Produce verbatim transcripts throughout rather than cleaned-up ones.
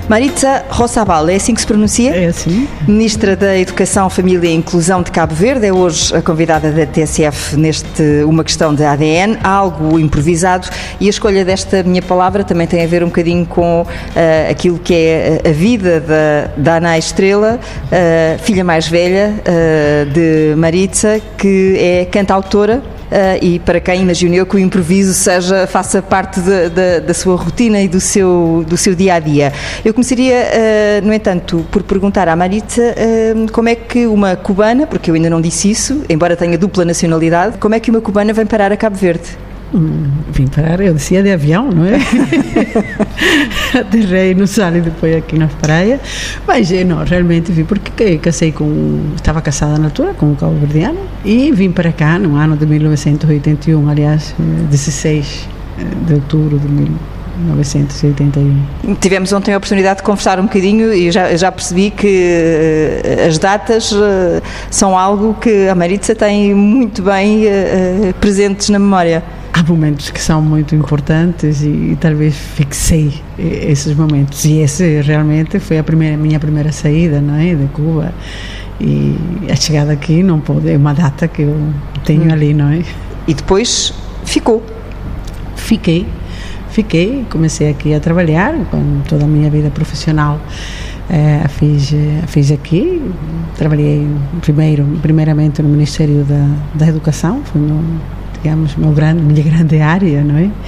Maritza Roçabal, é assim que se pronuncia? É assim. Ministra da Educação, Família e Inclusão de Cabo Verde, é hoje a convidada da T S F neste Uma Questão de A D N, algo improvisado, e a escolha desta minha palavra também tem a ver um bocadinho com uh, aquilo que é a vida da, da Ana Estrela, uh, filha mais velha uh, de Maritza, que é cantautora. Uh, e para quem imaginou que o improviso seja, faça parte de, de, da sua rotina e do seu, do seu dia-a-dia. Eu começaria, uh, no entanto, por perguntar à Maritza uh, como é que uma cubana, porque eu ainda não disse isso, embora tenha dupla nacionalidade, como é que uma cubana vem parar a Cabo Verde? Hum, vim parar, eu descia de avião, não é? Aterrei no Sal e depois aqui na praia, mas não, realmente vim porque casei com, estava casada na altura com um cabo-verdiano e vim para cá no ano de mil novecentos e oitenta e um, aliás, dezesseis de outubro de mil novecentos e oitenta e um. Tivemos ontem a oportunidade de conversar um bocadinho e já, já percebi que uh, as datas uh, são algo que a Maritza tem muito bem uh, uh, presentes na memória. Há momentos que são muito importantes e, e talvez fixei esses momentos, e esse realmente foi a primeira, minha primeira saída, não é, de Cuba, e a chegada aqui não pode, é uma data que eu tenho hum. ali, não é? E depois ficou? Fiquei, fiquei, comecei aqui a trabalhar com toda a minha vida profissional. É, fiz, fiz aqui, trabalhei primeiro, primeiramente no Ministério da, da Educação, foi no, digamos, meu grande, minha grande área, não é?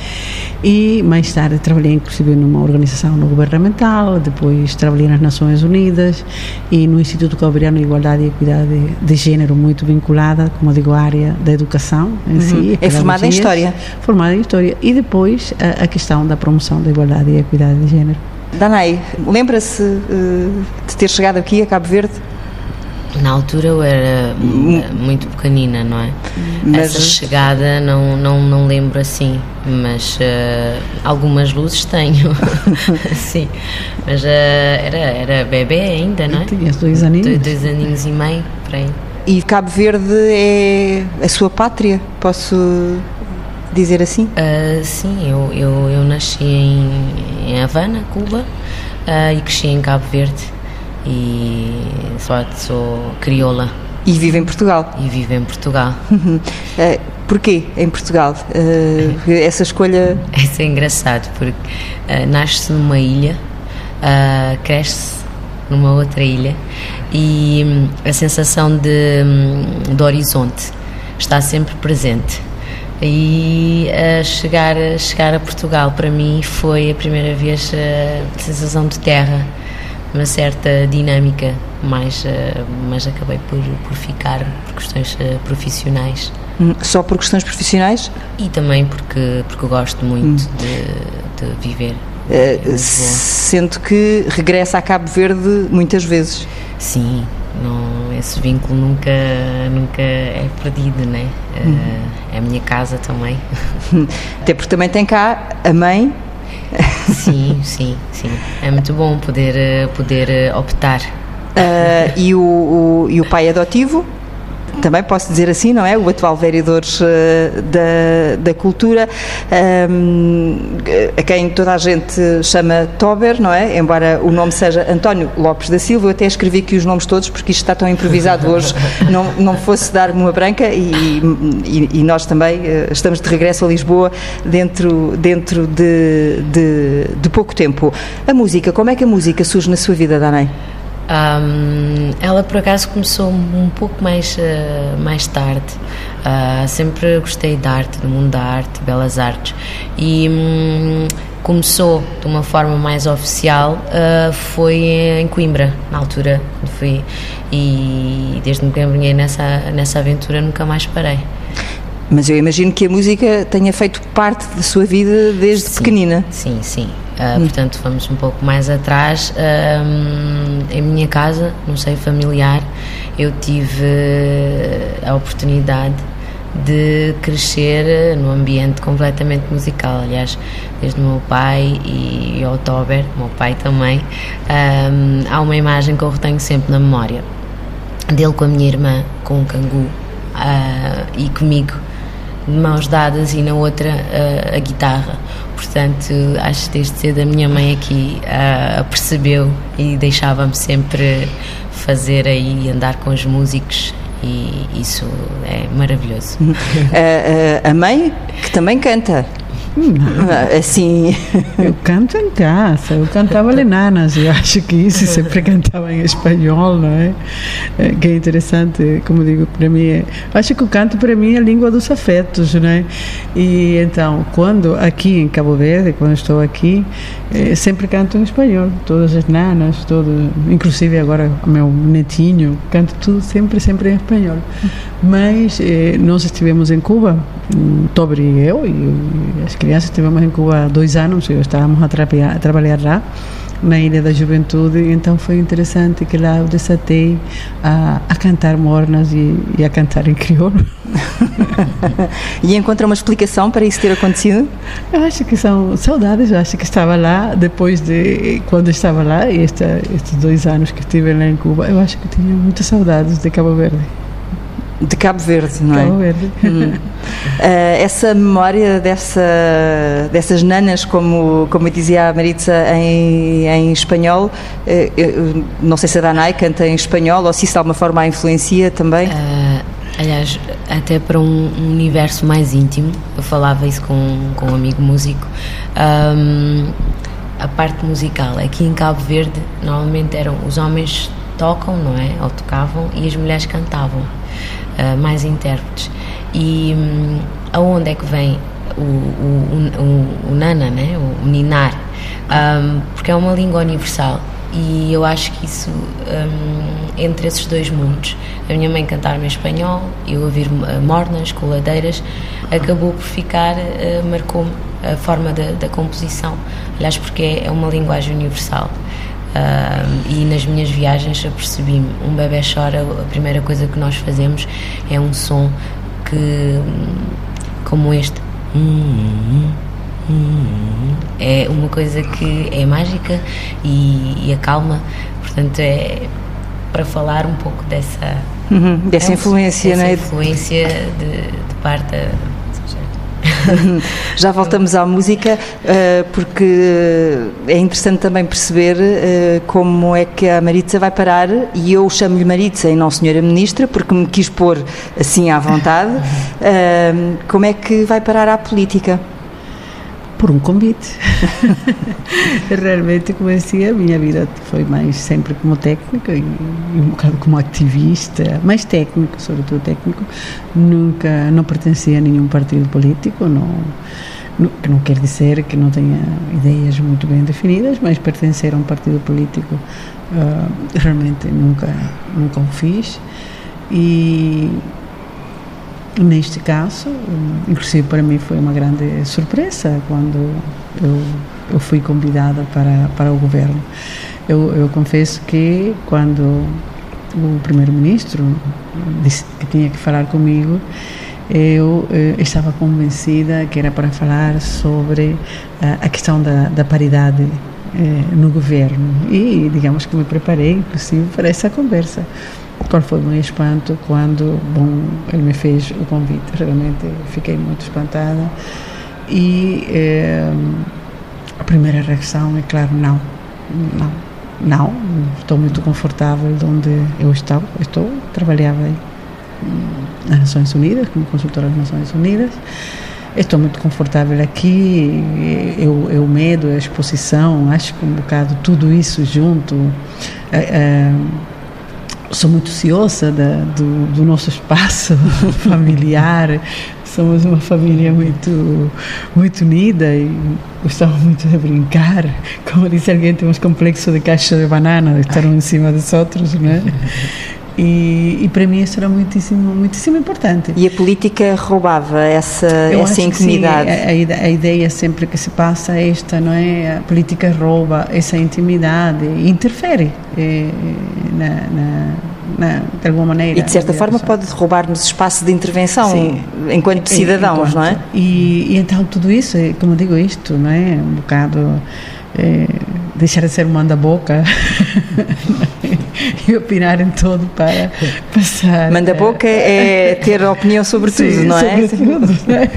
E mais tarde trabalhei inclusive numa organização não governamental, depois trabalhei nas Nações Unidas e no Instituto Cabo-Verdiano de Igualdade e Equidade de, de Género, muito vinculada, como digo, à área da educação em uhum. si. É formada em História? Formada em História. E depois a, a questão da promoção da igualdade e equidade de género. Danai, lembra-se uh, de ter chegado aqui a Cabo Verde? Na altura eu era muito pequenina, não é? Mas... Essa chegada não, não, não lembro assim, mas uh, algumas luzes tenho, sim, mas uh, era, era bebê ainda, não é? Tinhas dois aninhos. Dois, dois aninhos e meio, por aí. E Cabo Verde é a sua pátria, posso dizer assim? Uh, sim, eu, eu, eu nasci em, em Havana, Cuba, uh, e cresci em Cabo Verde. E sou, sou crioula. E vive em Portugal? E vive em Portugal. uh, porquê em Portugal? Uh, essa escolha... Isso é engraçado, porque uh, nasce-se numa ilha, uh, cresce-se numa outra ilha e um, a sensação de, um, de horizonte está sempre presente. E uh, chegar, chegar a Portugal para mim foi a primeira vez a uh, sensação de terra, uma certa dinâmica, mas, uh, mas acabei por, por ficar por questões uh, profissionais. Só por questões profissionais? E também porque, porque eu gosto muito hum. de, de viver. Uh, sendo que regressa a Cabo Verde muitas vezes. Sim, não, esse vínculo nunca, nunca é perdido, né? Uh, hum. É a minha casa também. Até porque também tem cá a mãe. Sim, sim, sim. É muito bom poder, poder optar. Uh, e, o, o, e o pai adotivo? Também posso dizer assim, não é? O atual vereador uh, da, da cultura, um, a quem toda a gente chama Tober, não é? Embora o nome seja António Lopes da Silva, eu até escrevi aqui os nomes todos porque isto está tão improvisado hoje, não, não fosse dar-me uma branca e, e, e nós também uh, estamos de regresso a Lisboa dentro, dentro de, de, de pouco tempo. A música, como é que a música surge na sua vida, Danai? Um, ela por acaso começou um pouco mais, uh, mais tarde. Uh, sempre gostei de arte, do mundo da arte, belas artes, e um, começou de uma forma mais oficial, uh, foi em Coimbra, na altura fui, e desde que me empenhei nessa, nessa aventura nunca mais parei. Mas eu imagino que a música tenha feito parte da sua vida desde sim, pequenina. Sim, sim. Uh, hum. Portanto, vamos um pouco mais atrás. Um, em minha casa, no seio familiar, eu tive a oportunidade de crescer num ambiente completamente musical. Aliás, desde o meu pai e ao Tober, o meu pai também, um, há uma imagem que eu retenho sempre na memória dele com a minha irmã, com o cangu, uh, e comigo de mãos dadas e na outra uh, a guitarra. Portanto, acho que desde cedo a minha mãe aqui uh, percebeu e deixava-me sempre fazer aí, andar com os músicos, e isso é maravilhoso. A, a, a mãe, que também canta. Não. Assim. Eu canto em casa, eu cantava lenanas, eu acho que isso sempre cantava em espanhol, não é? É que é interessante, como digo, para mim, é, acho que o canto para mim é a língua dos afetos, não é? E então, quando aqui em Cabo Verde, quando estou aqui, é, sempre canto em espanhol, todas as nanas, todo, inclusive agora o meu netinho, canto tudo sempre, sempre em espanhol. Mas é, nós estivemos em Cuba, Tobre e eu, e as crianças estivemos em Cuba há dois anos, e estávamos a, trabalhar, a trabalhar lá, na Ilha da Juventude, então foi interessante que lá eu desatei a, a cantar mornas e, e a cantar em crioulo. E encontra uma explicação para isso ter acontecido? Eu acho que são saudades, eu acho que estava lá, depois de, quando estava lá, e esta, estes dois anos que estive lá em Cuba, eu acho que tinha muitas saudades de Cabo Verde. De Cabo Verde, não é? Cabo Verde. Hum. Uh, essa memória dessa, dessas nanas, como, como dizia a Maritza, em, em espanhol, uh, não sei se a Danai canta em espanhol ou se isso de alguma forma a influencia também? Uh, aliás, até para um, um universo mais íntimo, eu falava isso com, com um amigo músico, um, a parte musical. Aqui em Cabo Verde, normalmente eram os homens tocam, não é? Ou tocavam, e as mulheres cantavam. Uh, mais intérpretes. E um, aonde é que vem o, o, o, o nana, né? o, o ninar? Um, porque é uma língua universal, e eu acho que isso, um, entre esses dois mundos, a minha mãe cantar-me em espanhol, eu ouvir uh, mornas, coladeiras, acabou por ficar, uh, marcou-me a forma da, da composição, aliás, porque é, é uma linguagem universal. Uh, e nas minhas viagens apercebi-me, um bebê chora, a primeira coisa que nós fazemos é um som que, como este, é uma coisa que é mágica e, e acalma. Portanto, é para falar um pouco dessa, uhum, dessa é, influência, dessa não é? influência de, de parte da... Já voltamos à música, porque é interessante também perceber como é que a Maritza vai parar, e eu chamo-lhe Maritza e não Senhora Ministra, porque me quis pôr assim à vontade. Como é que vai parar à política? Por um convite. Realmente, como eu dizia, a minha vida foi mais sempre como técnica e um bocado como ativista, mais técnico, sobretudo técnico. Nunca, não pertencia a nenhum partido político, não, não, que não quer dizer que não tenha ideias muito bem definidas, mas pertencer a um partido político uh, realmente nunca, nunca o fiz. E neste caso, inclusive para mim foi uma grande surpresa quando eu, eu fui convidada para, para o governo. Eu, eu confesso que quando o primeiro-ministro disse que tinha que falar comigo, eu eh, estava convencida que era para falar sobre a, a questão da, da paridade eh, no governo, e digamos que me preparei inclusive para essa conversa. Qual foi o meu espanto quando, bom, ele me fez o convite. Realmente fiquei muito espantada e eh, a primeira reação é, claro, não, não, não, estou muito confortável onde eu estou, estou trabalhava aí nas Nações Unidas, como consultora das Nações Unidas, estou muito confortável aqui, eu, eu medo, a exposição, acho que um bocado tudo isso junto, eh, eh, sou muito ciosa da, do, do nosso espaço familiar, somos uma família muito, muito unida e gostamos muito de brincar. Como disse alguém, temos complexo de caixa de banana, de estar um em cima dos outros, não é? E, e para mim isso era muitíssimo, muitíssimo importante. E a política roubava essa, Eu essa acho intimidade? Que sim, a, a ideia sempre que se passa é esta, não é? A política rouba essa intimidade, interfere é, na, na, na, de alguma maneira. E de certa forma pode roubar-nos espaço de intervenção, sim, enquanto cidadãos, enquanto, não é? E, e então tudo isso, como digo isto, não é? Um bocado... É, deixar de ser um manda-boca e opinar em tudo para passar. Manda boca é ter opinião sobre tudo, sim, não é? Sobre tudo, né?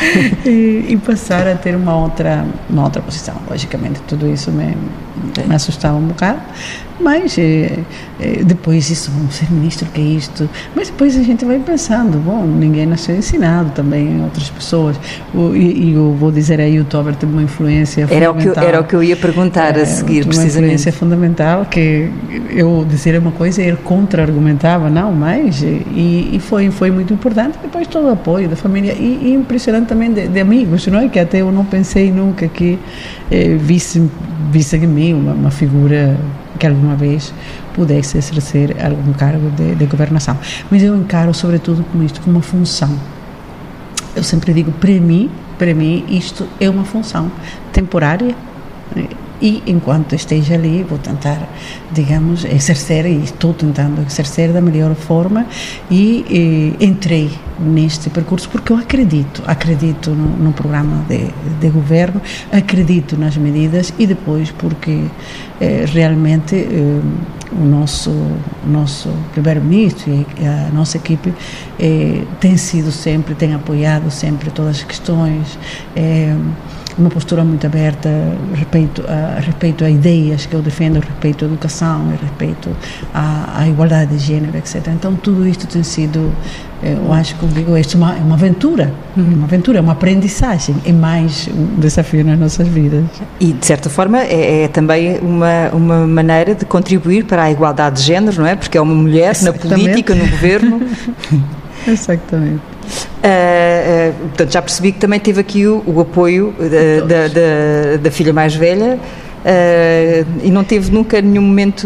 e, e passar a ter uma outra, uma outra posição. Logicamente, tudo isso me, me assustava um bocado, mas é, é, depois isso, vamos ser ministro, que é isto? Mas depois a gente vai pensando, bom, ninguém nasceu ensinado, também outras pessoas. O, e, e eu vou dizer aí, o Tober teve uma influência era fundamental. O que eu, era o que eu ia perguntar a seguir, é, uma precisamente. Uma influência fundamental, que eu dizer uma coisa e ele contra-argumentava, não, mas, e, e foi, foi muito importante. Depois todo o apoio da família e, e impressionante também de, de amigos, não é? Que até eu não pensei nunca que eh, visse, visse em mim uma, uma figura que alguma vez pudesse exercer algum cargo de, de governação. Mas eu encaro sobretudo como isto, como uma função. Eu sempre digo, para mim, para mim isto é uma função temporária, e enquanto esteja ali vou tentar, digamos, exercer, e estou tentando exercer da melhor forma, e, e entrei neste percurso porque eu acredito, acredito no, no programa de, de governo, acredito nas medidas, e depois porque eh, realmente eh, o nosso, o nosso primeiro-ministro e a nossa equipe eh, tem sido sempre, tem apoiado sempre todas as questões, eh, uma postura muito aberta respeito a, respeito a ideias que eu defendo, respeito à educação, respeito à, à igualdade de género, etcétera. Então tudo isto tem sido, eu acho que digo, isto é uma, é uma aventura, uma aventura, é uma aprendizagem, é mais um desafio nas nossas vidas. E de certa forma é, é também uma, uma maneira de contribuir para a igualdade de género, não é? Porque é uma mulher Exatamente. Na política, no governo. Exatamente. Uh, uh, portanto, já percebi que também teve aqui o, o apoio uh, da, da, da filha mais velha, uh, e não teve nunca nenhum momento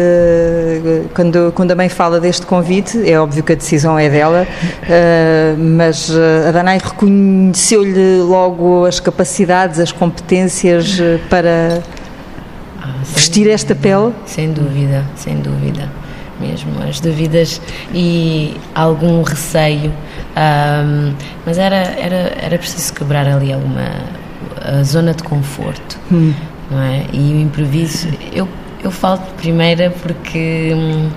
de... Quando, quando a mãe fala deste convite, é óbvio que a decisão é dela, uh, mas a Danai reconheceu-lhe logo as capacidades, as competências para ah, vestir esta pele? Sem dúvida, sem dúvida. Mesmo as dúvidas e algum receio, um, mas era, era, era preciso quebrar ali alguma a zona de conforto, hum. não é? E o improviso, eu, eu falo de primeira porque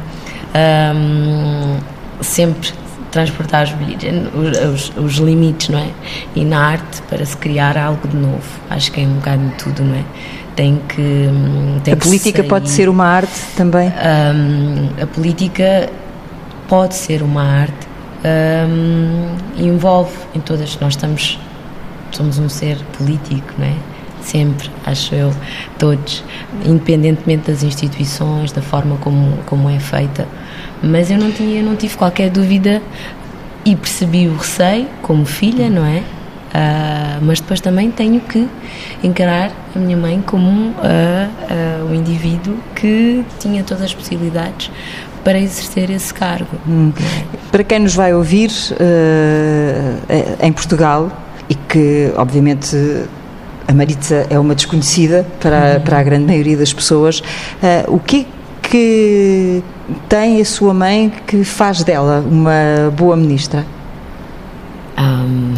um, sempre transportar os, os, os limites, não é? E na arte, para se criar algo de novo, acho que é um bocado de tudo, não é? Tem que, tem a política sair. Pode ser uma arte também? Um, a política pode ser uma arte, um, e envolve em todas. Nós estamos, somos um ser político, não é? Sempre, acho eu, todos, independentemente das instituições, da forma como, como é feita. Mas eu não, tinha, eu não tive qualquer dúvida e percebi o receio como filha, não é? Uh, mas depois também tenho que encarar a minha mãe como um uh, uh, indivíduo que tinha todas as possibilidades para exercer esse cargo. Hum. Para quem nos vai ouvir uh, em Portugal, e que obviamente a Maritza é uma desconhecida para, uhum. para a grande maioria das pessoas, uh, o que é que tem a sua mãe que faz dela uma boa ministra? Um...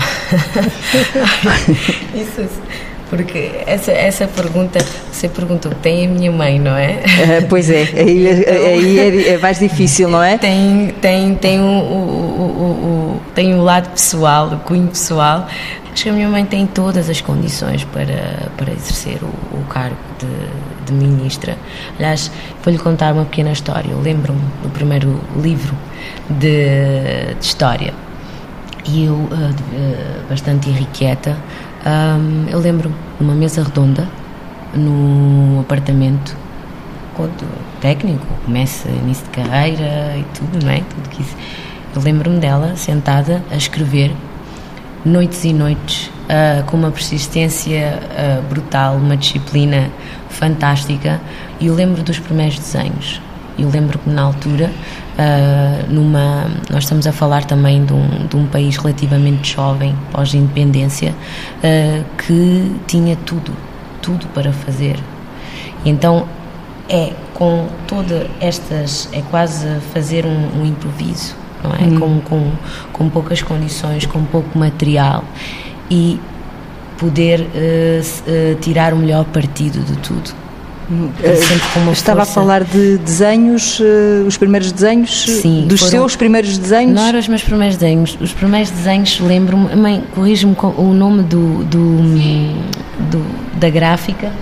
isso, isso, porque essa, essa pergunta, você perguntou, tem a minha mãe, não é? Uh, pois é, aí, então, aí é, é mais difícil, não é? Tem, tem, tem, o, o, o, o, tem o lado pessoal, o cunho pessoal. Acho que a minha mãe tem todas as condições para, para exercer o, o cargo de, de ministra. Aliás, vou-lhe contar uma pequena história. Eu lembro-me do primeiro livro de, de história. E eu, uh, uh, bastante irrequieta, um, eu lembro-me de uma mesa redonda no apartamento, quando técnico, começa início de carreira e tudo, não é? Tudo que isso. Eu lembro-me dela sentada a escrever noites e noites, uh, com uma persistência uh, brutal, uma disciplina fantástica, e eu lembro dos primeiros desenhos. Eu lembro que na altura, uh, numa, nós estamos a falar também de um, de um país relativamente jovem, pós-independência, uh, que tinha tudo, tudo para fazer. Então é com todas estas, é quase fazer um, um improviso, não é? Hum. Com, com, com poucas condições, com pouco material, e poder uh, uh, tirar o melhor partido de tudo. sempre com uma Estava força. a falar de desenhos, uh, os primeiros desenhos, Sim, dos foram, seus primeiros desenhos? Não eram os meus primeiros desenhos. Os primeiros desenhos, lembro-me, mãe, corrige-me o nome do, do, do, da gráfica,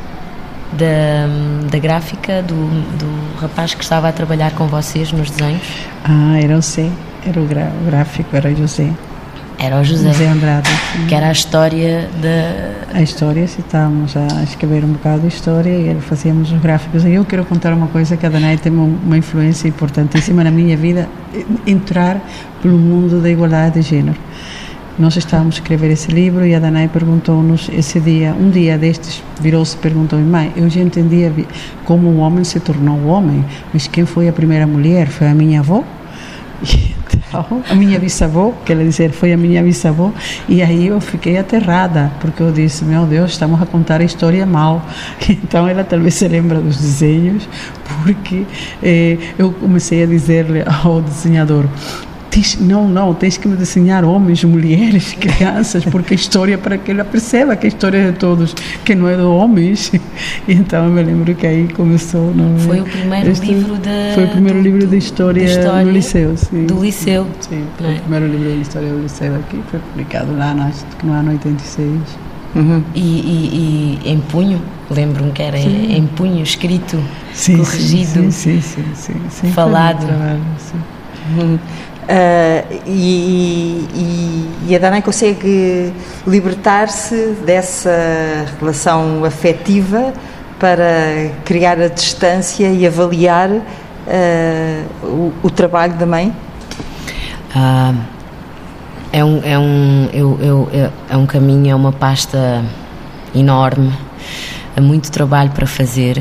da, da gráfica do, do rapaz que estava a trabalhar com vocês nos desenhos. Ah, era o José, era o, gra, o gráfico, era o José. Era o José, José Andrade. Que era a história da... A história, se estávamos a escrever um bocado de história e fazíamos os gráficos. E eu quero contar uma coisa, que a Danae tem uma influência importantíssima na minha vida, entrar pelo mundo da igualdade de género. Nós estávamos a escrever esse livro e a Danae perguntou-nos esse dia, um dia destes, virou-se e perguntou-me: mãe, eu já entendia como o homem se tornou homem, mas quem foi a primeira mulher? Foi a minha avó? Então, a minha bisavó, quer dizer, foi a minha bisavó, e aí eu fiquei aterrada, porque eu disse: meu Deus, estamos a contar a história mal. Então ela talvez se lembra dos desenhos, porque eh, eu comecei a dizer-lhe ao desenhador: Tens, não, não, tens que me desenhar homens, mulheres, crianças, porque a história, para que ela perceba que a história é de todos, que não é de homens. E então eu me lembro que aí começou. Não, foi o primeiro este, livro da. Foi o primeiro do, livro de história, história no Liceu. Sim, do Liceu. Sim, foi é? o primeiro livro de história do Liceu aqui, foi publicado lá no, no ano oitenta e seis. Uhum. E, e, e em punho, lembro-me que era em, em punho, escrito, sim, corrigido, sim, sim, sim, sim, sim, falado. Trabalho, sim. Uhum. Uh, e, e, e a Danae consegue libertar-se dessa relação afetiva para criar a distância e avaliar uh, o, o trabalho da mãe? Uh, é, um, é, um, eu, eu, é um caminho, é uma pasta enorme, há muito trabalho para fazer,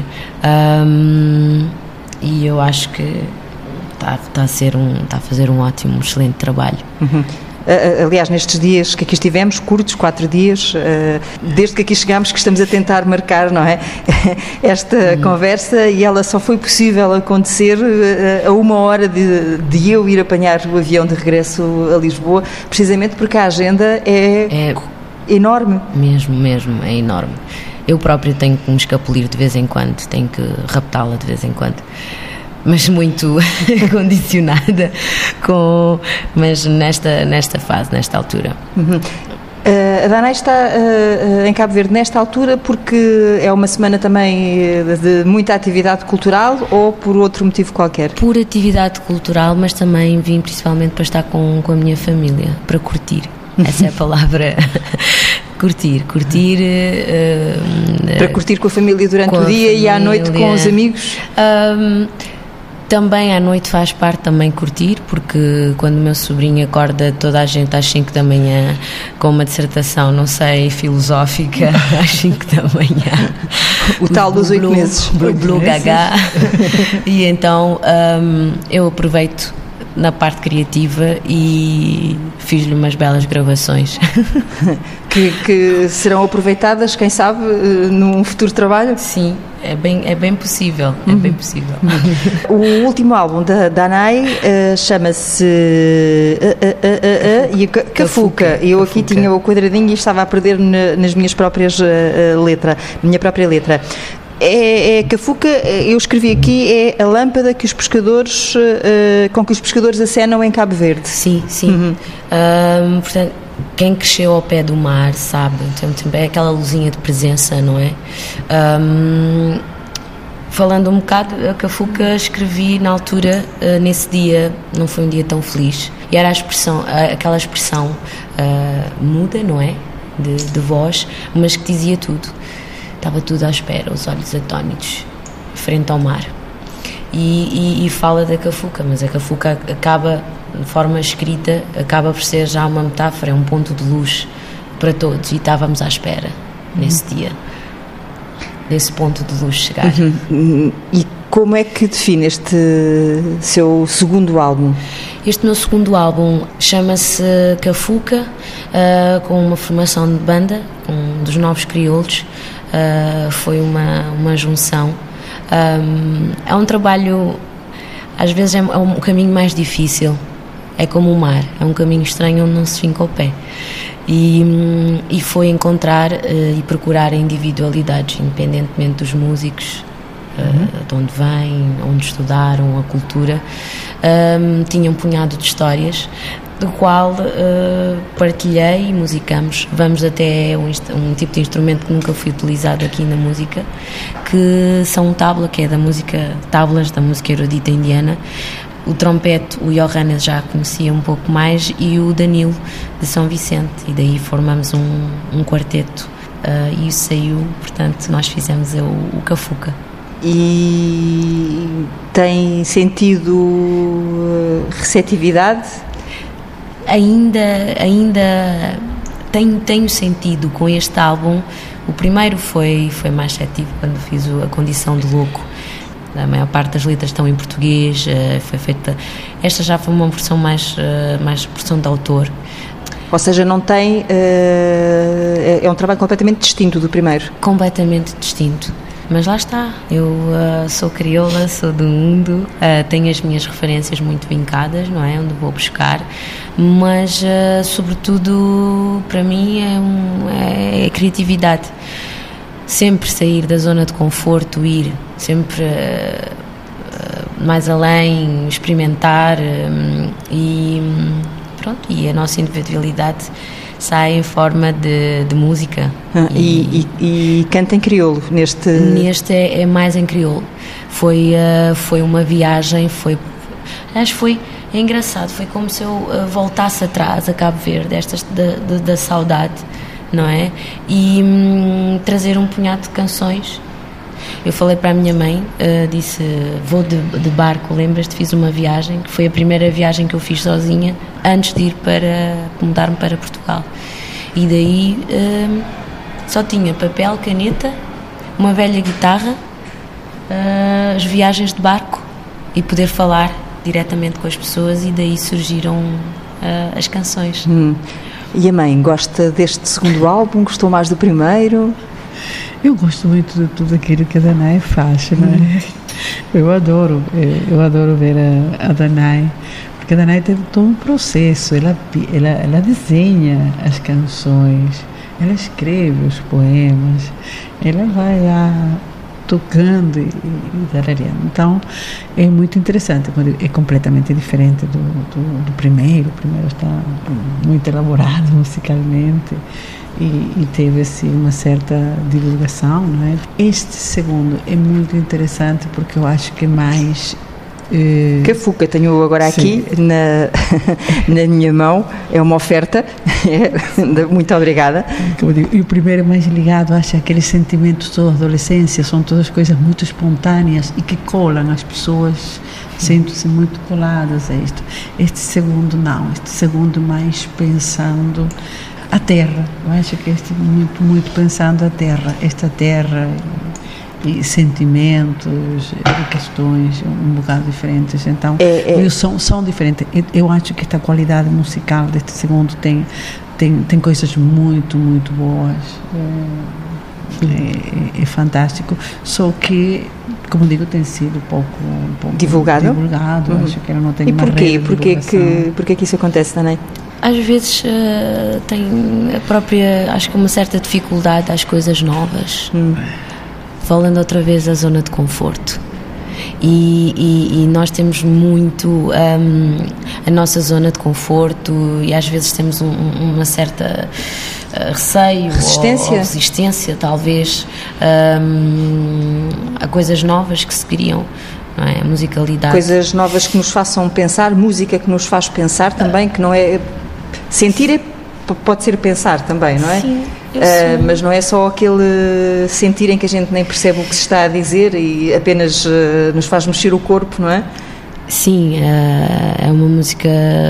um, e eu acho que Está, está, a ser um, está a fazer um ótimo, um excelente trabalho. Uhum. Uh, aliás, nestes dias que aqui estivemos, curtos, quatro dias, uh, desde que aqui chegámos, que estamos a tentar marcar, não é? Esta uhum. conversa, e ela só foi possível acontecer uh, a uma hora de, de eu ir apanhar o avião de regresso a Lisboa, precisamente porque a agenda é, é enorme. Mesmo, mesmo, é enorme. Eu próprio tenho que me escapulir de vez em quando, tenho que raptá-la de vez em quando. Mas muito condicionada com, mas nesta, nesta fase, nesta altura. Uhum. Uh, a Danae está uh, em Cabo Verde nesta altura porque é uma semana também de muita atividade cultural, ou por outro motivo qualquer? Por atividade cultural, mas também vim principalmente para estar com, com a minha família, para curtir. Essa é a palavra. Curtir, curtir. Uh, para curtir com a família durante o dia e à noite com os amigos? Um, Também à noite faz parte também curtir, porque quando o meu sobrinho acorda toda a gente às cinco da manhã com uma dissertação, não sei, filosófica, às cinco da manhã. O tal dos oito meses. Blu, blu, gaga. E então um, eu aproveito na parte criativa e fiz-lhe umas belas gravações. que, que serão aproveitadas, quem sabe, num futuro trabalho? Sim. É bem, é bem possível, é uhum. bem possível. O último álbum da Danae uh, chama-se uh, uh, uh, uh, uh, e Cafuca. Cafuca. Eu Cafuca. Aqui tinha o quadradinho e estava a perder na, nas minhas próprias uh, uh, letra, minha própria letra. É, é Cafuca, eu escrevi aqui, é a lâmpada que os pescadores, uh, com que os pescadores acenam em Cabo Verde. Sim, sim. Uhum. Um, portanto, quem cresceu ao pé do mar sabe, é aquela luzinha de presença, não é? Um, falando um bocado, a Cafuca escrevi na altura, uh, nesse dia, não foi um dia tão feliz, e era a expressão, uh, aquela expressão uh, muda, não é? De, de voz, mas que dizia tudo. Estava tudo à espera, os olhos atónitos, frente ao mar. E, e, e fala da Cafuca, mas a Cafuca acaba, de forma escrita, acaba por ser já uma metáfora, é um ponto de luz para todos, e estávamos à espera, uhum. nesse dia, desse ponto de luz chegar. Uhum. E como é que define este seu segundo álbum? Este meu segundo álbum chama-se Cafuca, uh, com uma formação de banda, um dos Novos Crioulos. Uh, foi uma, uma junção. Um, é um trabalho, às vezes é um caminho mais difícil, é como o mar, é um caminho estranho onde não se finca o pé. E, e foi encontrar uh, e procurar individualidades, independentemente dos músicos, uhum. uh, de onde vêm, onde estudaram, a cultura. Um, tinha um punhado de histórias, do qual uh, partilhei e musicamos. Vamos até um, um tipo de instrumento que nunca foi utilizado aqui na música, que são um tabla, que é da música, tablas da música erudita indiana. O trompete, o Johannes já conhecia um pouco mais, e o Danilo de São Vicente, e daí formamos um, um quarteto, uh, e isso saiu, portanto nós fizemos o, o Cafuca. E tem sentido receptividade? Ainda, ainda tenho, tenho sentido com este álbum. O primeiro foi, foi mais receptivo, quando fiz a Condição de Louco. A maior parte das letras estão em português, foi feita... Esta já foi uma versão mais, mais versão de autor. Ou seja, não tem... É um trabalho completamente distinto do primeiro. Completamente distinto. Mas lá está, eu uh, sou crioula, sou do mundo, uh, tenho as minhas referências muito vincadas, não é? Onde vou buscar, mas uh, sobretudo para mim é, um, é, é criatividade. Sempre sair da zona de conforto, ir sempre uh, uh, mais além, experimentar uh, e pronto, e a nossa individualidade sai em forma de, de música. Ah, e, e, e canta em crioulo neste... Neste é, é mais em crioulo. Foi, uh, foi uma viagem, foi... Acho que foi é engraçado, foi como se eu uh, voltasse atrás a Cabo Verde, estas, da, da, da saudade, não é? E hum, trazer um punhado de canções. Eu falei para a minha mãe, uh, disse, vou de, de barco, lembras-te, fiz uma viagem, que foi a primeira viagem que eu fiz sozinha, antes de ir para, mudar-me para Portugal. E daí uh, só tinha papel, caneta, uma velha guitarra, uh, as viagens de barco e poder falar diretamente com as pessoas, e daí surgiram uh, as canções. Hum. E a mãe gosta deste segundo álbum? Gostou mais do primeiro? Eu gosto muito de tudo aquilo que a Danai faz, né? Eu adoro, eu adoro ver a, a Danai, porque a Danai tem todo um processo, ela, ela, ela desenha as canções, ela escreve os poemas, ela vai lá tocando e, e tarareando. Então é muito interessante, é completamente diferente do, do, do primeiro. O primeiro está muito elaborado musicalmente e, e teve assim uma certa divulgação, não é? Este segundo é muito interessante porque eu acho que é mais Uh, Cafuca, tenho agora aqui na, na minha mão, é uma oferta, muito obrigada. E o primeiro é mais ligado, acho, àqueles sentimentos da adolescência, são todas coisas muito espontâneas e que colam as pessoas, sentem-se muito coladas a isto. Este segundo não, este segundo mais pensando a terra, eu acho que este muito, muito pensando a terra, esta terra e sentimentos e questões um bocado diferentes, então é, é. São, são diferentes. Eu acho que esta qualidade musical deste segundo tem, tem, tem coisas muito, muito boas, é, é, é fantástico, só que, como digo, tem sido pouco, pouco divulgado, divulgado. Uhum. Acho que ela não tem e uma porquê? rede de porquê que, porquê que isso acontece, Danai? Às vezes uh, tem a própria, acho que uma certa dificuldade às coisas novas. Hum. Falando outra vez da zona de conforto, e, e, e nós temos muito um, a nossa zona de conforto, e às vezes temos um, uma certa uh, receio resistência. Ou, ou resistência talvez um, a coisas novas que se criam, não é? A musicalidade, coisas novas que nos façam pensar, música que nos faz pensar também, que não é sentir, é, pode ser pensar também, não é? Sim. Uh, mas não é só aquele sentir em que a gente nem percebe o que se está a dizer e apenas uh, nos faz mexer o corpo, não é? Sim, uh, é uma música,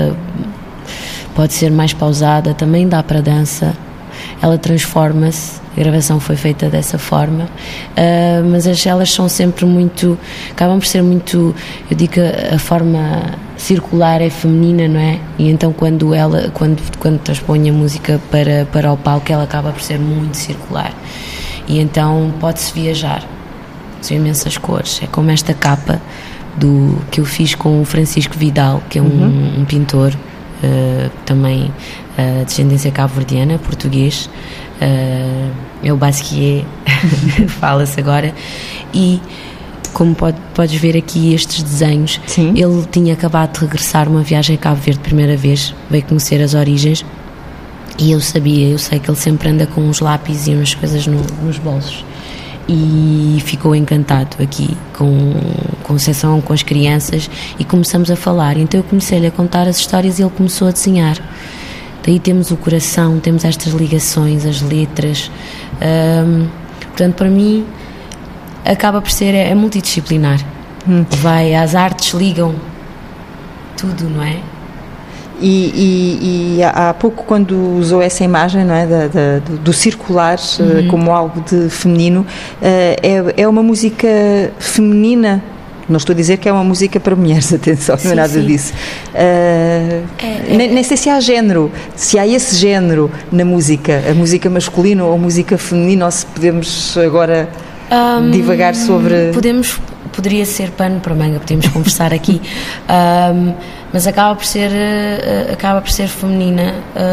pode ser mais pausada, também dá para dança, ela transforma-se, a gravação foi feita dessa forma, uh, mas as, elas são sempre muito, acabam por ser muito, eu digo que a forma circular é feminina, não é? E então quando ela, quando, quando transpõe a música para, para o palco, ela acaba por ser muito circular, e então pode-se viajar, são imensas cores, é como esta capa, do, que eu fiz com o Francisco Vidal, que é um, uhum. um pintor, uh, também uh, de descendência cabo-verdiana, português, uh, é o Basquiat, fala-se agora, e como pode, podes ver aqui estes desenhos, Sim. ele tinha acabado de regressar uma viagem a Cabo Verde, primeira vez, veio conhecer as origens, e eu sabia, eu sei que ele sempre anda com uns lápis e umas coisas no, nos bolsos, e ficou encantado aqui com, com a sessão com as crianças, e começamos a falar. Então eu comecei-lhe a contar as histórias e ele começou a desenhar. Daí temos o coração, temos estas ligações, as letras. Hum, portanto, para mim acaba por ser, é, é multidisciplinar. Hum. Vai, as artes ligam tudo, não é? E, e, e há pouco, quando usou essa imagem, não é, da, da, do, do circular, uhum. como algo de feminino, é, é uma música feminina. Não estou a dizer que é uma música para mulheres, atenção, não é nada sim. disso. Uh, é, é, nem, nem sei se há género, se há esse género na música, a música masculina ou a música feminina, ou se podemos agora um, divagar sobre... Podemos, poderia ser pano para manga, podemos conversar aqui, um, mas acaba por ser, uh, acaba por ser feminina,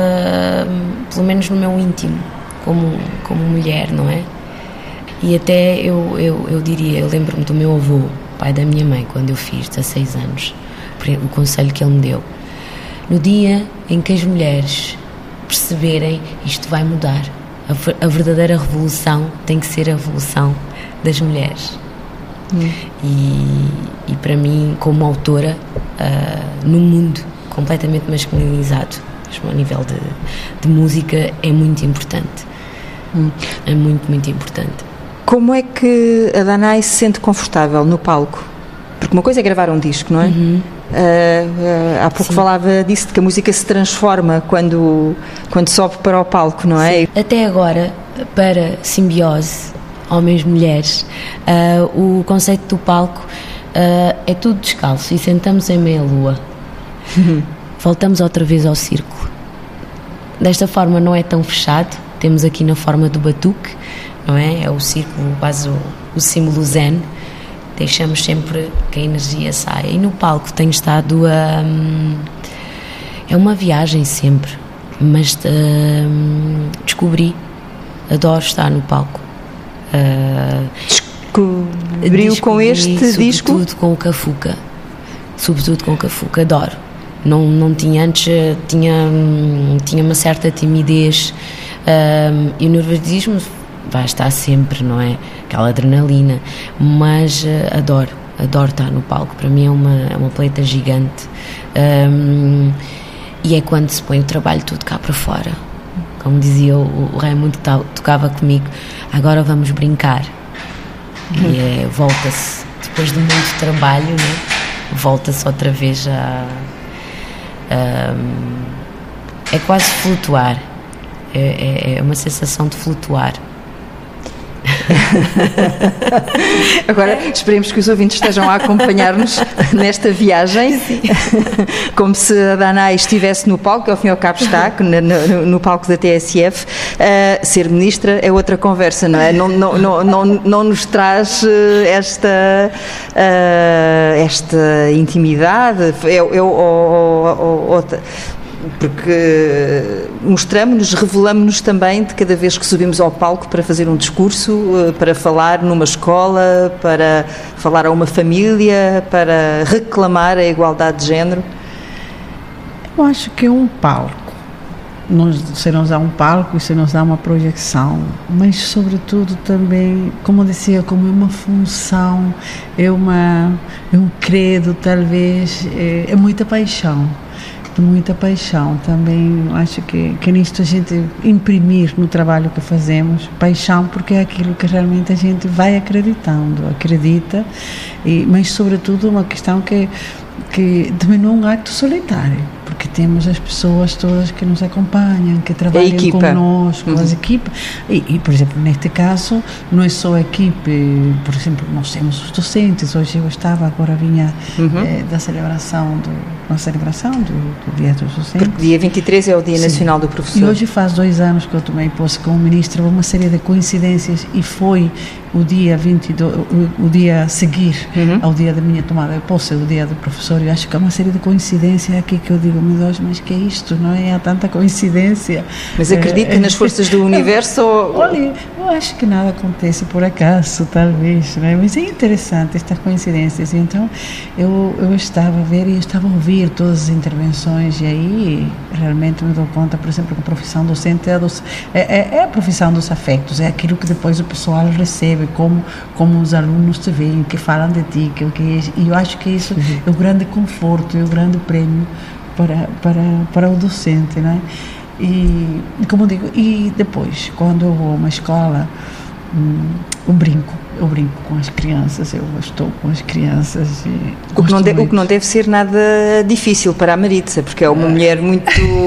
uh, pelo menos no meu íntimo, como, como mulher, não é? E até eu, eu, eu diria, eu lembro-me do meu avô, pai da minha mãe, quando eu fiz dezasseis anos, o conselho que ele me deu: no dia em que as mulheres perceberem isto vai mudar, a, a verdadeira revolução tem que ser a revolução das mulheres. hum. e, e para mim, como autora, uh, no mundo completamente masculinizado, mesmo a nível de, de música, é muito importante. hum. É muito, muito importante. Como é que a Danai se sente confortável no palco? Porque uma coisa é gravar um disco, não é? Uhum. Uh, uh, há pouco Sim. falava disso, de que a música se transforma quando, quando sobe para o palco, não é? Sim. Até agora, para Simbiose, homens-mulheres, uh, o conceito do palco uh, é tudo descalço e sentamos em meia-lua. Uhum. Voltamos outra vez ao círculo. Desta forma não é tão fechado, temos aqui na forma do batuque, não é? É o círculo, quase o, o símbolo zen. Deixamos sempre que a energia saia. E no palco tenho estado a... Hum, é uma viagem sempre, mas hum, descobri, adoro estar no palco. Uh, Descobriu com este disco? Sobretudo com o Cafuca. Sobretudo com o Cafuca, adoro. Não, não tinha antes, tinha, tinha uma certa timidez um, e o nervosismo vai estar sempre, não é? Aquela adrenalina, mas uh, adoro, adoro estar no palco. Para mim é uma, é uma pleita gigante, um, e é quando se põe o trabalho tudo cá para fora. Como dizia o, o Raimundo que tocava comigo, agora vamos brincar. E é, volta-se, depois de muito trabalho, né? Volta-se outra vez a... Um, é quase flutuar, é, é, é uma sensação de flutuar. Agora esperemos que os ouvintes estejam a acompanhar-nos nesta viagem. Sim. Como se a Danai estivesse no palco, que ao fim e ao cabo está no, no, no palco da T S F. Uh, ser ministra é outra conversa, não é? Não, não, não, não, não nos traz esta, uh, esta intimidade. Eu, eu, ou, ou, ou, porque mostramos-nos, revelamos-nos também de cada vez que subimos ao palco para fazer um discurso, para falar numa escola, para falar a uma família, para reclamar a igualdade de género. Eu acho que é um palco. Nós, se nos dá um palco, se nos dá uma projeção, mas sobretudo também, como eu dizia, como é uma função, é, uma, é um credo, talvez, é, é muita paixão. De muita paixão também. Acho que, que nisto a gente imprimir no trabalho que fazemos paixão, porque é aquilo que realmente a gente vai acreditando, acredita, e, mas sobretudo uma questão que, que também não é um acto solitário, porque temos as pessoas todas que nos acompanham, que trabalham connosco, uhum. as equipas, e, e por exemplo neste caso não é só a equipe, por exemplo nós temos os docentes. Hoje eu estava, agora vinha uhum. eh, da celebração do, uma celebração do, do Dia dos Docentes, porque dia vinte e três é o Dia Sim. Nacional do Professor, e hoje faz dois anos que eu tomei posse como ministra, uma série de coincidências, e foi o dia vinte e dois, o, o dia a seguir uhum. ao dia da minha tomada de posse, o dia do professor. Eu acho que há uma série de coincidências aqui que eu digo, meu Deus, mas que é isto? Não é? Há tanta coincidência. Mas acredita é, nas forças do universo? Ou... Olha, eu acho que nada acontece por acaso, talvez, não é? Mas é interessante estas coincidências. Então, eu, eu estava a ver e eu estava a ouvir todas as intervenções e aí realmente me dou conta, por exemplo, que a profissão docente é, dos, é, é, é a profissão dos afetos, é aquilo que depois o pessoal recebe, como, como os alunos te veem, que falam de ti, que, que, e eu acho que isso uhum. é o grande conforto, é o grande prêmio para, para, para o docente, não é? E, como digo, e depois, quando eu vou a uma escola, hum, eu brinco, eu brinco com as crianças, eu estou com as crianças. E o, que não de, o que não deve ser nada difícil para a Maritza, porque é uma é. mulher muito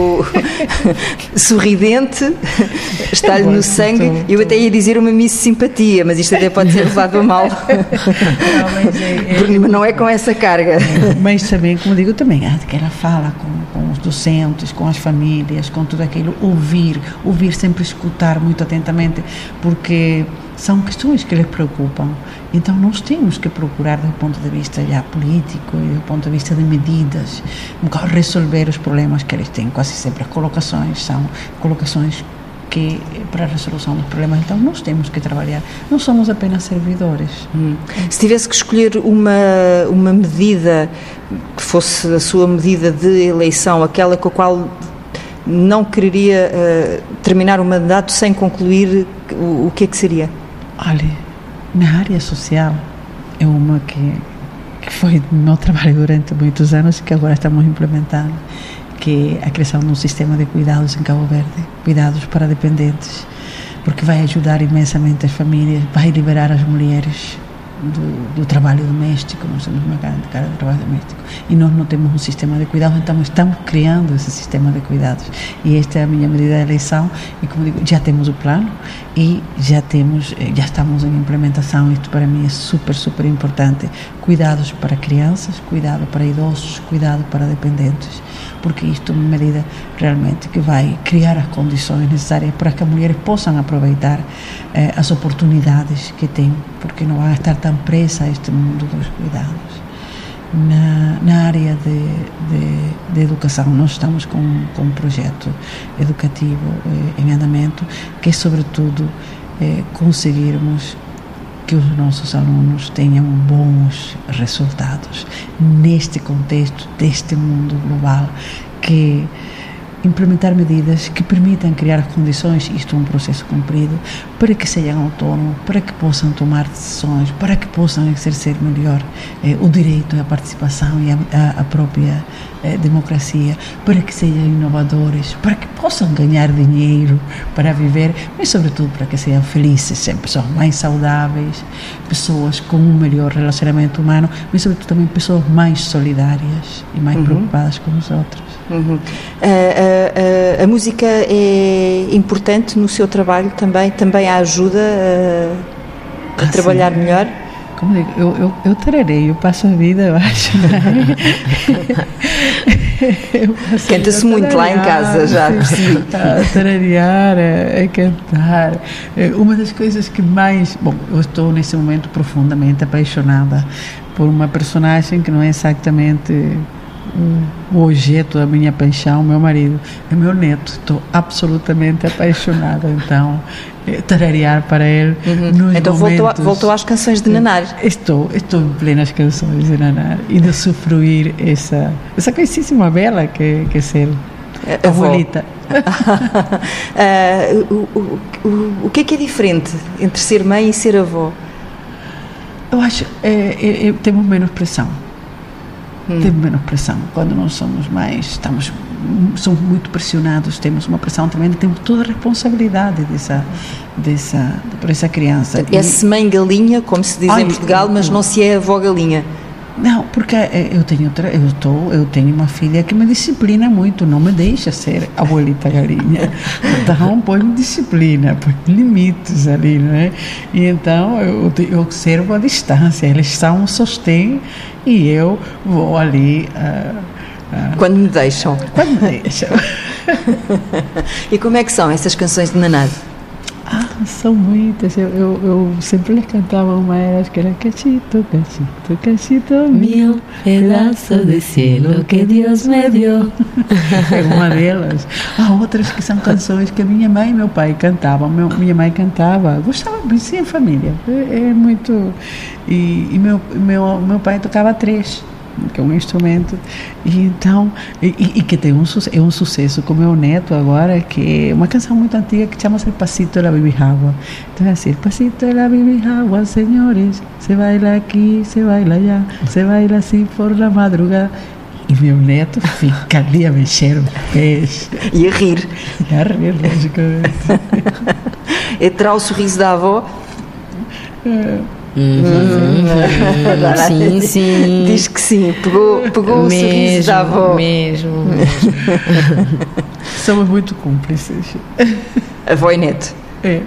sorridente, está-lhe no sangue. Tô, eu tô. até ia dizer uma miss simpatia, mas isto até pode ser levado a mal. Não, mas é, é, não é com essa carga. É, mas também, como digo, também há que ela fala com, com os docentes, com as famílias, com tudo aquilo, ouvir, ouvir, sempre escutar muito atentamente, porque são questões que lhes preocupam. Então nós temos que procurar, do ponto de vista já político e do ponto de vista de medidas, resolver os problemas que eles têm. Quase sempre as colocações são colocações que para a resolução dos problemas. Então nós temos que trabalhar, não somos apenas servidores. Hum. Se tivesse que escolher uma, uma medida que fosse a sua medida de eleição, aquela com a qual não quereria uh, terminar o mandato sem concluir, o, o que é que seria? Olha, na área social é uma que, que foi meu trabalho durante muitos anos e que agora estamos implementando, que é a criação de um sistema de cuidados em Cabo Verde, cuidados para dependentes, porque vai ajudar imensamente as famílias, vai liberar as mulheres do, do trabalho doméstico. Nós temos uma grande carga de trabalho doméstico e nós não temos um sistema de cuidados, então estamos criando esse sistema de cuidados e esta é a minha medida de eleição e, como digo, já temos o plano e já temos, já estamos em implementação. Isto para mim é super, super importante. Cuidados para crianças, cuidado para idosos, cuidado para dependentes, porque isto é uma medida realmente que vai criar as condições necessárias para que as mulheres possam aproveitar eh, as oportunidades que têm, porque não vão estar tão presas a este mundo dos cuidados. Na, na área de, de, de educação, nós estamos com, com um projeto educativo eh, em andamento, que é sobretudo eh, conseguirmos que os nossos alunos tenham bons resultados neste contexto deste mundo global, que implementar medidas que permitam criar as condições, isto é um processo comprido, para que sejam autónomos, para que possam tomar decisões, para que possam exercer melhor eh, o direito à participação e a, a própria eh, democracia, para que sejam inovadores, para que possam ganhar dinheiro para viver, mas sobretudo para que sejam felizes, sempre pessoas mais saudáveis, pessoas com um melhor relacionamento humano, mas sobretudo também pessoas mais solidárias e mais uhum. preocupadas com os outros. Uhum. A, a, a, a música é importante no seu trabalho também? Também a ajuda a, a ah, trabalhar sim. melhor? Como digo, eu, eu, eu tararei, eu passo a vida, eu acho. Canta-se muito lá em casa, já percebi. A tararear, a, a cantar. Uma das coisas que mais... Bom, eu estou nesse momento profundamente apaixonada por uma personagem que não é exatamente o objeto da minha paixão, meu marido, é meu neto. Estou absolutamente apaixonada, então tararear para ele uhum. nos então momentos... voltou, voltou às canções de Nanar. Estou, estou em plenas canções de Nanar e de usufruir essa, essa coisíssima bela que, que é ser a abuelita. uh, o, o, o, o que é que é diferente entre ser mãe e ser avó? Eu acho que é, é, é, temos menos pressão. Hum. Temos menos pressão. Quando nós somos mais, estamos, somos muito pressionados, temos uma pressão também, temos toda a responsabilidade dessa, dessa, por essa criança. É-se mãe galinha, como se diz Ai, em Portugal, mas não se é avó galinha. Não, porque eu tenho outra, eu estou, eu tenho uma filha que me disciplina muito, não me deixa ser abuelita galinha. Então põe-me disciplina, põe limites ali, não é? E então eu, eu observo a distância, eles são um sostém e eu vou ali. Uh, uh, quando me deixam. Quando me deixam. E como é que são essas canções de Nanar? Ah, são muitas. Eu, eu, eu sempre lhes cantava uma, acho que era cachito, cachito, cachito meu, pedaço de cielo que Deus me deu. É uma delas. Há outras que são canções que a minha mãe e meu pai cantavam. Meu, minha mãe cantava, gostava sim, em família. É, é muito. E, e meu, meu, meu pai tocava três, que é um instrumento, e então e, e que tem um é um sucesso com meu neto agora, que é uma canção muito antiga que chama-se Pasito de la Bibijagua. Então é assim: Pasito de la Bibijagua, senhores, se baila aqui, se baila allá, se baila assim por la madrugada. E meu neto fica ali a mexer o pés e a rir, e a rir, logicamente. E terá o sorriso da avó. É. Uhum. Uhum. Sim, sim. Diz que sim, pegou, pegou mesmo, o sorriso da avó. Mesmo, mesmo. Somos muito cúmplices. Avó e neto. É.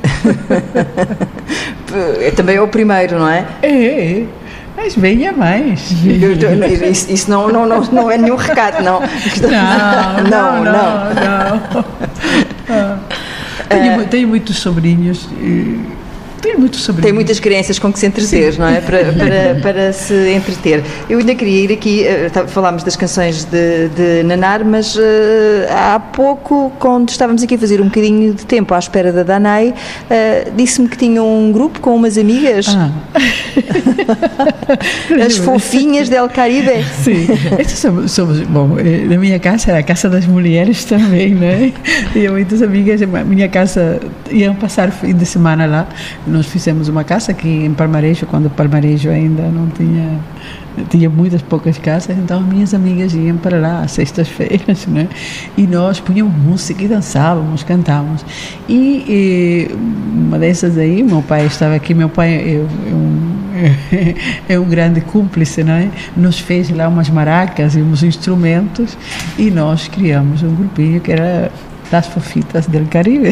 Também é o primeiro, não é? É, mas venha mais. Isso, isso não, não, não, não é nenhum recado, não. Não, não, não. não, não. não. Tenho, tenho muitos sobrinhos. E... Tem, Tem muitas crianças com que se entreter, sim, não é? Para, para, para se entreter. Eu ainda queria ir aqui, uh, falámos das canções de, de Nanar, mas uh, há pouco, quando estávamos aqui a fazer um bocadinho de tempo à espera da Danai, uh, disse-me que tinha um grupo com umas amigas. Ah. As fofinhas del Caribe. Sim, somos, somos, bom, na minha casa era a casa das mulheres também, não é? E muitas amigas, minha casa, iam passar fim de semana lá. Nós fizemos uma casa aqui em Palmarejo, quando Palmarejo ainda não tinha, tinha muitas poucas casas, então minhas amigas iam para lá às sextas-feiras, né? E nós punhamos música e dançávamos, cantávamos. E, e uma dessas aí, meu pai estava aqui, meu pai é, é, um, é, é um grande cúmplice, né? Nos fez lá umas maracas e uns instrumentos e nós criamos um grupinho que era das Fofitas del Caribe.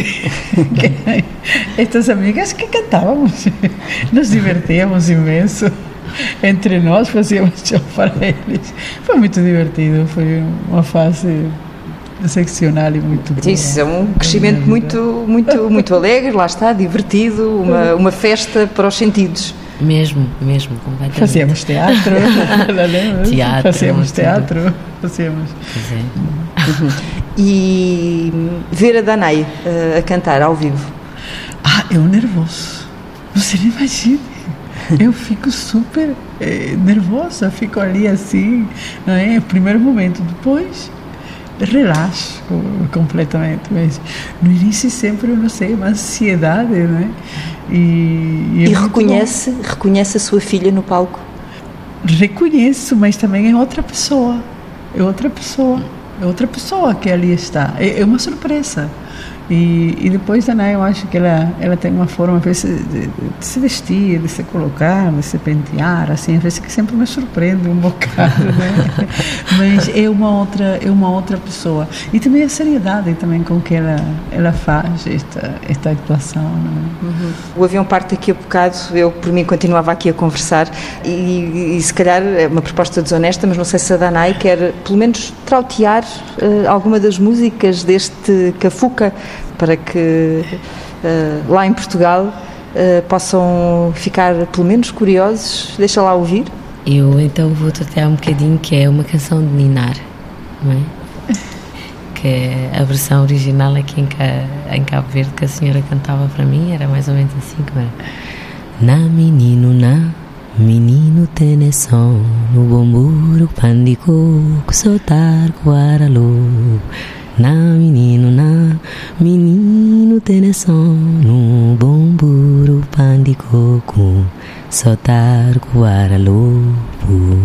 Estas amigas que cantávamos, nos divertíamos imenso. Entre nós fazíamos show para eles. Foi muito divertido, foi uma fase excepcional e muito boa. Isso, é um crescimento muito, muito, muito alegre, lá está, divertido, uma, uma festa para os sentidos. Mesmo, mesmo, completamente. Fazíamos teatro, teatro fazíamos teatro, fazíamos. Uhum. E ver a Danai uh, a cantar ao vivo? Ah, é um nervoso. Você não imagina. Eu fico super eh, nervosa, fico ali assim, não é? Primeiro momento, depois relaxo completamente, mas no início sempre, eu não sei, uma ansiedade, não é? E, e, é e reconhece, reconhece a sua filha no palco? Reconheço, mas também é outra pessoa, é outra pessoa, é outra pessoa que ali está, é, é uma surpresa. E, e depois, Danai, eu acho que ela, ela tem uma forma, às vezes, de, de, de se vestir, de se colocar, de se pentear, assim, às vezes que sempre me surpreende um bocado, né? Mas é uma outra, é uma outra pessoa. E também a seriedade também com que ela, ela faz esta, esta atuação, né? Uhum. O avião parte daqui a bocado, eu, por mim, continuava aqui a conversar e, e se calhar é uma proposta desonesta, mas não sei se a Danai quer, pelo menos, trautear uh, alguma das músicas deste Cafuca, para que uh, lá em Portugal uh, possam ficar pelo menos curiosos. Deixa lá ouvir. Eu então vou tratar um bocadinho, que é uma canção de Ninar, não é? Que é a versão original aqui em, em Cabo Verde, que a senhora cantava para mim, era mais ou menos assim que era: na menino, na menino tem som, no bomburo pandico, soltar guaralô. Na menino, na menino tem som, no bomburo pan de coco, soltar guaralopo.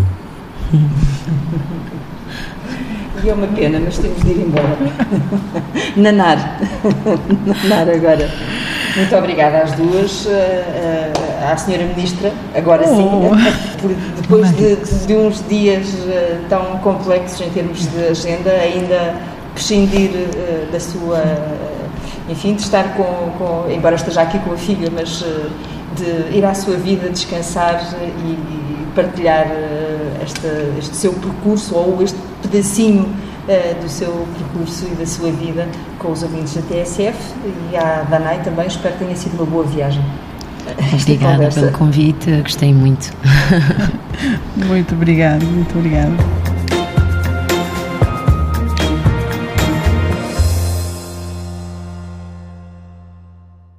E é uma pena, mas temos de ir embora. Nanar. Nanar agora. Muito obrigada às duas, à senhora Ministra, agora sim, oh. por, depois de, de uns dias tão complexos em termos de agenda, ainda prescindir uh, da sua, uh, enfim, de estar com, com, embora esteja aqui com a filha, mas uh, de ir à sua vida, descansar e, e partilhar uh, esta, este seu percurso ou este pedacinho uh, do seu percurso e da sua vida com os ouvintes da T S F, e à Danai também, espero que tenha sido uma boa viagem. Obrigada pelo convite, gostei muito. Muito obrigada, muito obrigada.